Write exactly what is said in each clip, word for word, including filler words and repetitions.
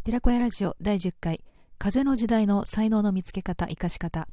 寺子屋ラジオだいじゅっかい、風の時代の才能の見つけ方生かし方。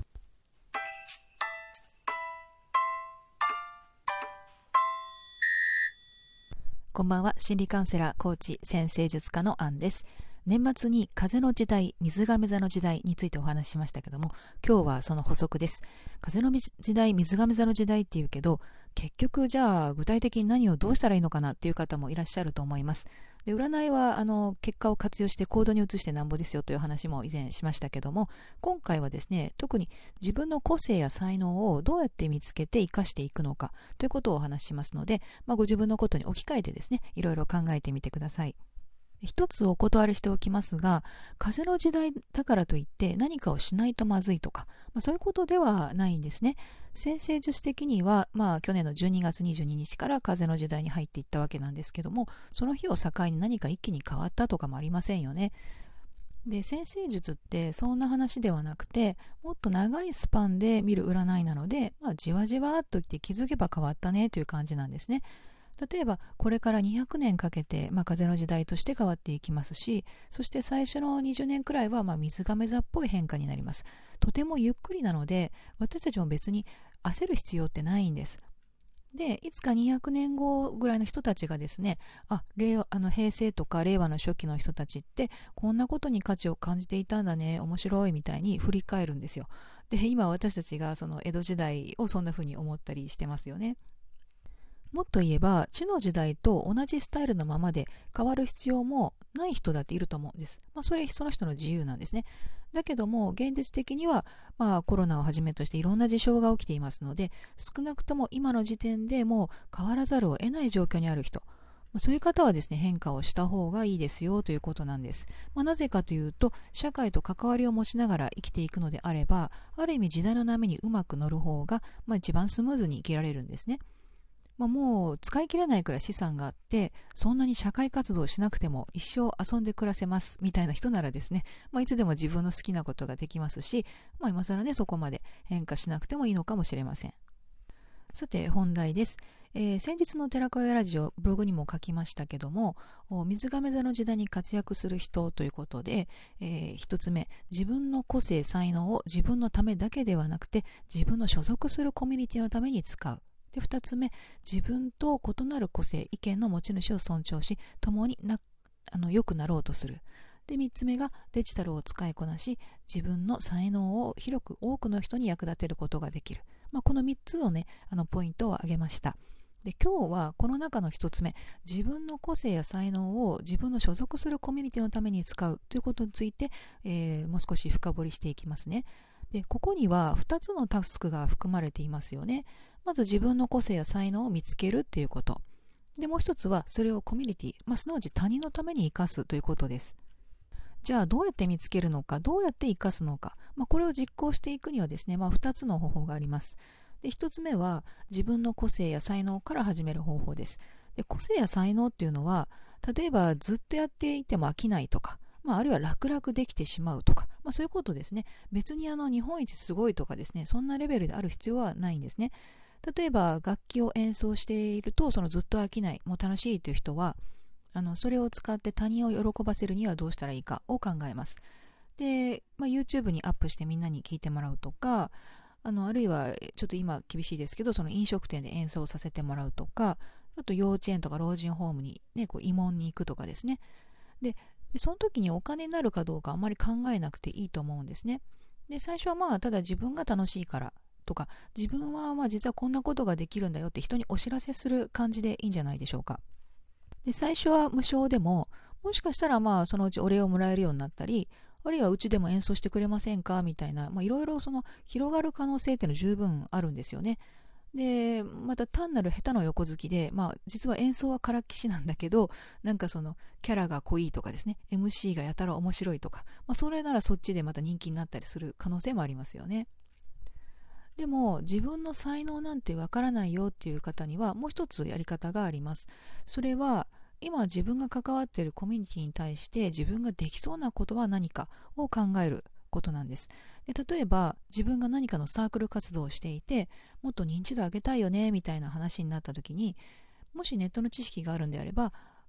こんばんは。心理カウンセラー、コーチ、先生術家のアンです。年末に風の時代、水亀座の時代についてお話ししましたけども、今日はその補足です。風の時代、水亀座の時代っていうけど、結局じゃあ具体的に何をどうしたらいいのかなっていう方もいらっしゃると思います。で、占いはあの結果を活用して行動に移してなんぼですよという話も以前しましたけども、今回はですね、特に自分の個性や才能をどうやって見つけて生かしていくのかということをお話ししますので、まあ、ご自分のことに置き換えてですね、いろいろ考えてみてください。一つお断りしておきますが、風の時代だからといって何かをしないとまずいとか、まあ、そういうことではないんですね。先生術的には、まあ、去年のじゅうにがつにじゅうににちから風の時代に入っていったわけなんですけども、その日を境に何か一気に変わったとかもありませんよね。で、先生術ってそんな話ではなくて、もっと長いスパンで見る占いなので、まあ、じわじわっといって気づけば変わったねという感じなんですね。例えばこれからにひゃくねんかけて、まあ、風の時代として変わっていきますし、そして最初のにじゅうねんくらいは、まあ、水亀座っぽい変化になります。とてもゆっくりなので、私たちも別に焦る必要ってないんです。で、いつかにひゃくねんごぐらいの人たちがですね、あ、令和、あの平成とか令和の初期の人たちってこんなことに価値を感じていたんだね、面白いみたいに振り返るんですよ。で、今私たちがその江戸時代をそんな風に思ったりしてますよね。もっと言えば、地の時代と同じスタイルのままで変わる必要もない人だっていると思うんです。まあ、それその人の自由なんですね。だけども、現実的には、まあ、コロナをはじめとしていろんな事象が起きていますので、少なくとも今の時点でもう変わらざるを得ない状況にある人、まあ、そういう方はですね、変化をした方がいいですよということなんです。まあ、なぜかというと、社会と関わりを持ちながら生きていくのであれば、ある意味時代の波にうまく乗る方が、まあ、一番スムーズに生きられるんですね。まあ、もう使い切れないくらい資産があって、そんなに社会活動しなくても一生遊んで暮らせますみたいな人ならですね、まあ、いつでも自分の好きなことができますし、まあ、今更ね、そこまで変化しなくてもいいのかもしれません。さて本題です。えー、先日の寺子屋ラジオブログにも書きましたけども、水亀座の時代に活躍する人ということで、えー、一つ目、自分の個性才能を自分のためだけではなくて自分の所属するコミュニティのために使う。で、ふたつめ、自分と異なる個性、意見の持ち主を尊重し、共になあの良くなろうとする。で、みっつめがデジタルを使いこなし、自分の才能を広く多くの人に役立てることができる。まあ、このみっつをね、あのポイントを挙げました。で、今日はこの中のひとつめ、自分の個性や才能を自分の所属するコミュニティのために使うということについて、えー、もう少し深掘りしていきますね。で、ここにはふたつのタスクが含まれていますよね。まず自分の個性や才能を見つけるっていうこと。で、もう一つはそれをコミュニティ、まあ、すなわち他人のために生かすということです。じゃあどうやって見つけるのか、どうやって生かすのか、まあ、これを実行していくにはですね、まあ、ふたつの方法があります。で、ひとつめは自分の個性や才能から始める方法です。で、個性や才能っていうのは、例えばずっとやっていても飽きないとか、まあ、あるいは楽々できてしまうとか、まあ、そういうことですね。別にあの日本一すごいとかですね、そんなレベルである必要はないんですね。例えば楽器を演奏していると、そのずっと飽きない、もう楽しいという人は、あのそれを使って他人を喜ばせるにはどうしたらいいかを考えます。で、まあ、YouTube にアップしてみんなに聞いてもらうとか、あのあるいはちょっと今厳しいですけど、その飲食店で演奏させてもらうとか、あと幼稚園とか老人ホームに、ね、こう慰問に行くとかですね。で、でその時にお金になるかどうかあんまり考えなくていいと思うんですね。で、最初はまあただ自分が楽しいからとか、自分はまあ実はこんなことができるんだよって人にお知らせする感じでいいんじゃないでしょうか。で、最初は無償でも、もしかしたらまあそのうちお礼をもらえるようになったり、あるいはうちでも演奏してくれませんかみたいな、まあいろいろその広がる可能性っていうのは十分あるんですよね。で、また単なる下手の横好きで、まあ実は演奏はからっきしなんだけど、なんかそのキャラが濃いとかですね、エムシー がやたら面白いとか、まあそれならそっちでまた人気になったりする可能性もありますよね。でも自分の才能なんてわからないよっていう方にはもう一つやり方があります。それは今自分が関わっているコミュニティに対して自分ができそうなことは何かを考えることなんです。で、例えば自分が何かのサークル活動をしていて、もっと認知度上げたいよねみたいな話になった時に、もしネットの知識があるんであれば、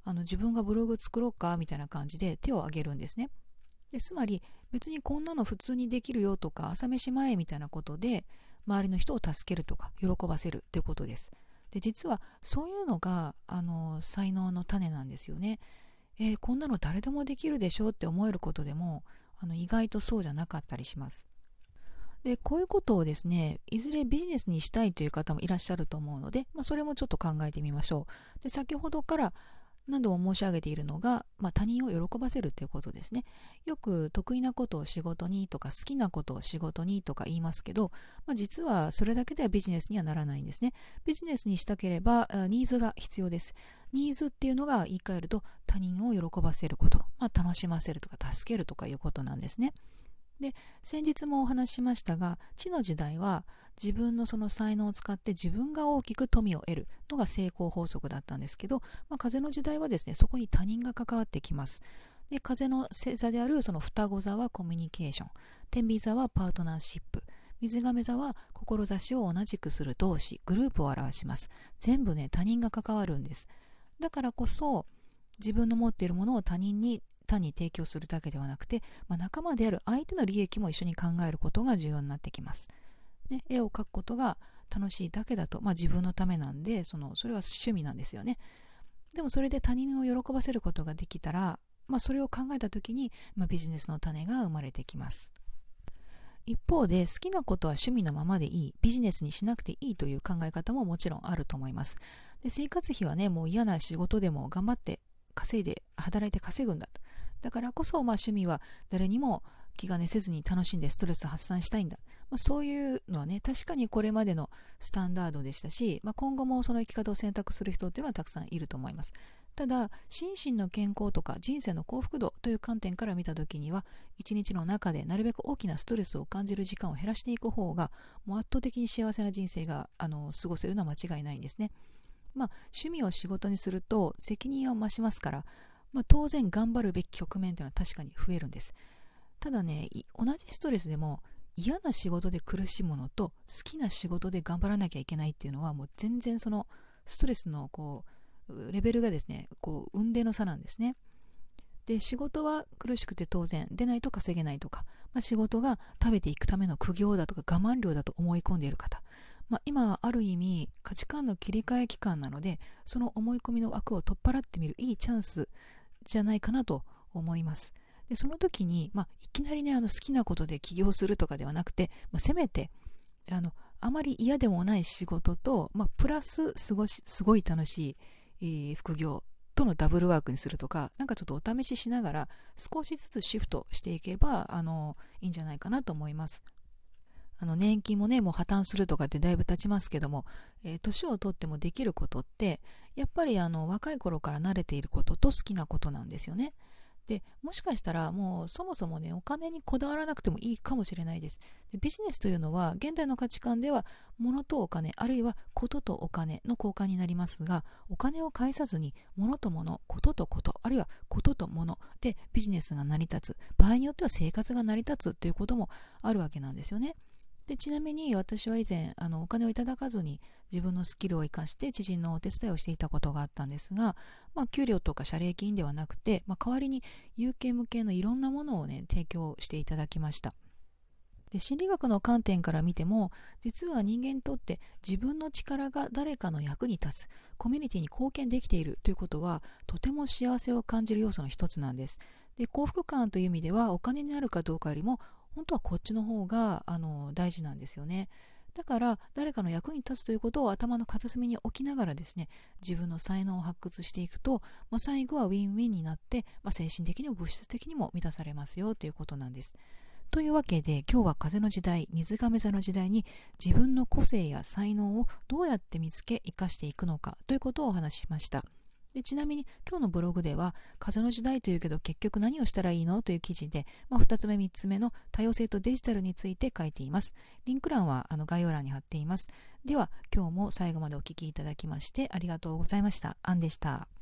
あの自分がブログ作ろうかみたいな感じで手を挙げるんですね。でつまり別にこんなの普通にできるよとか朝飯前みたいなことで周りの人を助けるとか喜ばせるということです。で実はそういうのがあの才能の種なんですよね。えーこんなの誰でもできるでしょうって思えることでもあの意外とそうじゃなかったりします。でこういうことをですねいずれビジネスにしたいという方もいらっしゃると思うので、まあ、それもちょっと考えてみましょう。で先ほどから何度も申し上げているのが、まあ、他人を喜ばせるということですね。よく得意なことを仕事にとか好きなことを仕事にとか言いますけど、まあ、実はそれだけではビジネスにはならないんですね。ビジネスにしたければあニーズが必要です。ニーズっていうのが言い換えると他人を喜ばせること、まあ、楽しませるとか助けるとかいうことなんですね。で先日もお話ししましたが、地の時代は自分のその才能を使って自分が大きく富を得るのが成功法則だったんですけど、まあ、風の時代はですねそこに他人が関わってきます。で風の星座であるその双子座はコミュニケーション、天秤座はパートナーシップ、水亀座は志を同じくする同志グループを表します。全部ね他人が関わるんです。だからこそ自分の持っているものを他人に単に提供するだけではなくて、まあ、仲間である相手の利益も一緒に考えることが重要になってきます。ね、絵を描くことが楽しいだけだと、まあ、自分のためなんでそのそれは趣味なんですよね。でもそれで他人を喜ばせることができたら、まあ、それを考えた時に、まあ、ビジネスの種が生まれてきます。一方で好きなことは趣味のままでいい、ビジネスにしなくていいという考え方ももちろんあると思います。で生活費はねもう嫌な仕事でも頑張って稼いで働いて稼ぐんだと。だからこそ、まあ、趣味は誰にも気兼ねせずに楽しんでストレス発散したいんだ、まあ、そういうのはね確かにこれまでのスタンダードでしたし、まあ、今後もその生き方を選択する人っていうのはたくさんいると思います。ただ心身の健康とか人生の幸福度という観点から見た時には、一日の中でなるべく大きなストレスを感じる時間を減らしていく方がもう圧倒的に幸せな人生があの過ごせるのは間違いないんですね。まあ、趣味を仕事にすると責任を増しますから、まあ、当然頑張るべき局面というのは確かに増えるんです。ただね同じストレスでも嫌な仕事で苦しむのと好きな仕事で頑張らなきゃいけないっていうのはもう全然そのストレスのこうレベルがですねこう雲泥の差なんですね。で仕事は苦しくて当然出ないと稼げないとか、まあ、仕事が食べていくための苦行だとか我慢量だと思い込んでいる方、まあ、今はある意味価値観の切り替え期間なので、その思い込みの枠を取っ払ってみるいいチャンスじゃないかなと思います。でその時に、まあ、いきなりねあの好きなことで起業するとかではなくて、まあ、せめてあのあまり嫌でもない仕事と、まあ、プラスすごしすごい楽しい、えー副業とのダブルワークにするとか、なんかちょっとお試ししながら少しずつシフトしていけばあのいいんじゃないかなと思います。あの年金もねもう破綻するとかってだいぶ経ちますけども、えー年を取ってもできることってやっぱりあの若い頃から慣れていることと好きなことなんですよね。でもしかしたらもうそもそもねお金にこだわらなくてもいいかもしれないです。でビジネスというのは現代の価値観では物とお金あるいはこととお金の交換になりますが、お金を介さずに物と物、こととこと、あるいはことと物でビジネスが成り立つ、場合によっては生活が成り立つということもあるわけなんですよね。でちなみに私は以前あのお金をいただかずに自分のスキルを生かして知人のお手伝いをしていたことがあったんですが、まあ、給料とか謝礼金ではなくて、まあ、代わりに有形無形のいろんなものをね提供していただきました。で心理学の観点から見ても実は人間にとって自分の力が誰かの役に立つ、コミュニティに貢献できているということはとても幸せを感じる要素の一つなんです。で幸福感という意味ではお金になるかどうかよりも本当はこっちの方があの大事なんですよね。だから誰かの役に立つということを頭の片隅に置きながらですね自分の才能を発掘していくと、まあ、最後はウィンウィンになって、まあ、精神的にも物質的にも満たされますよということなんです。というわけで今日は風の時代、水亀座の時代に自分の個性や才能をどうやって見つけ生かしていくのかということをお話ししました。でちなみに今日のブログでは風の時代というけど結局何をしたらいいのという記事で、まあ、ふたつめみっつめの多様性とデジタルについて書いています。リンク欄はあの概要欄に貼っています。では今日も最後までお聞きいただきましてありがとうございました。アンでした。